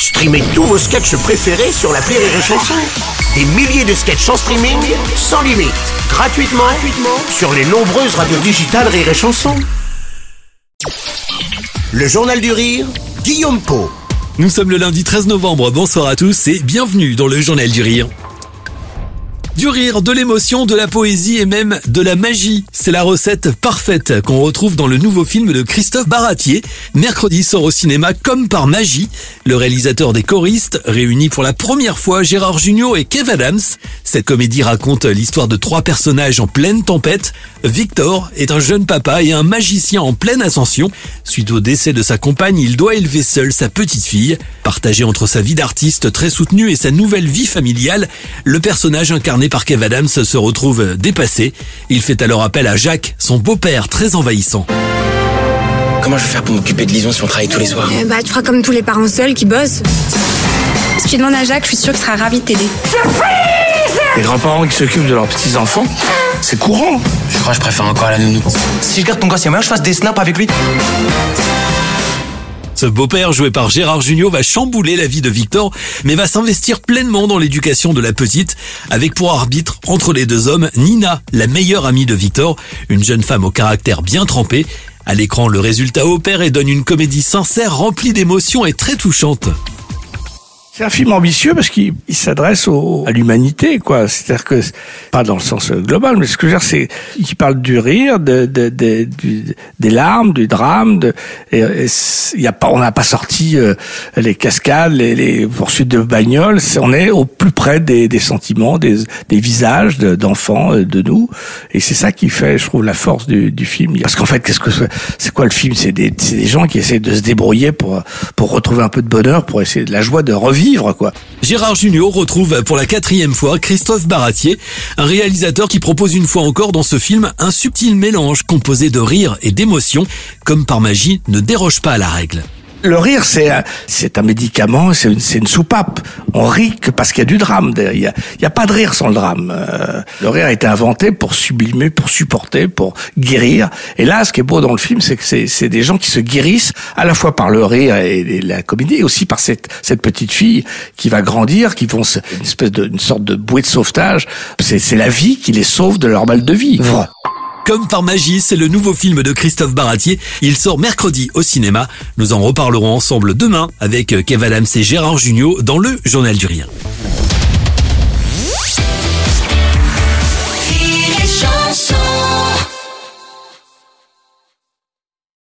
Streamez tous vos sketchs préférés sur l'appli Rire et Chanson. Des milliers de sketchs en streaming, sans limite, gratuitement sur les nombreuses radios digitales Rire et Chanson. Le Journal du Rire, Guillaume Pau. Nous sommes le lundi 13 novembre, bonsoir à tous et bienvenue dans le Journal du Rire. Du rire, de l'émotion, de la poésie et même de la magie. C'est la recette parfaite qu'on retrouve dans le nouveau film de Christophe Baratier. Mercredi sort au cinéma Comme par magie. Le réalisateur des choristes réunit pour la première fois Gérard Jugnot et Kev Adams. Cette comédie raconte l'histoire de 3 personnages en pleine tempête. Victor est un jeune papa et un magicien en pleine ascension. Suite au décès de sa compagne, il doit élever seul sa petite fille. Partagé entre sa vie d'artiste très soutenue et sa nouvelle vie familiale, le personnage incarné par Kev Adams se retrouve dépassé. Il fait alors appel à Jacques, son beau-père très envahissant. Comment je vais faire pour m'occuper de Lison si on travaille tous les soirs? Tu feras comme tous les parents seuls qui bossent. Si tu demandes à Jacques, je suis sûre qu'il sera ravi de t'aider. Les grands-parents qui s'occupent de leurs petits-enfants, c'est courant. Je crois que je préfère encore la nounou. Si je garde ton gosse, il y a moyen que je fasse des snaps avec lui. Ce beau-père, joué par Gérard Jugnot, va chambouler la vie de Victor, mais va s'investir pleinement dans l'éducation de la petite, avec pour arbitre, entre les deux hommes, Nina, la meilleure amie de Victor, une jeune femme au caractère bien trempé. À l'écran, le résultat opère et donne une comédie sincère, remplie d'émotions et très touchante. C'est un film ambitieux parce qu'il s'adresse à l'humanité, quoi. C'est-à-dire que, pas dans le sens global, mais ce que je veux dire, c'est qu'il parle du rire, des larmes, du drame, on n'a pas sorti les cascades, les poursuites de bagnoles. On est au plus près des sentiments, des visages d'enfants, de nous. Et c'est ça qui fait, je trouve, la force du film. Parce qu'en fait, c'est quoi le film? C'est des gens qui essaient de se débrouiller pour retrouver un peu de bonheur, pour essayer de la joie de revivre. Quoi. Gérard Jugnot retrouve pour la 4e fois Christophe Baratier, un réalisateur qui propose une fois encore dans ce film un subtil mélange composé de rire et d'émotion, comme par magie, ne déroge pas à la règle. Le rire, c'est un médicament, c'est une soupape. On rit que parce qu'il y a du drame. Il y a pas de rire sans le drame. Le rire a été inventé pour sublimer, pour supporter, pour guérir. Et là, ce qui est beau dans le film, c'est que c'est des gens qui se guérissent à la fois par le rire et la comédie, et aussi par cette petite fille qui va grandir, qui vont une sorte de bouée de sauvetage. C'est la vie qui les sauve de leur mal de vivre. Comme par magie, c'est le nouveau film de Christophe Baratier. Il sort mercredi au cinéma. Nous en reparlerons ensemble demain avec Kev Adams et Gérard Jugnot dans le Journal du Rire.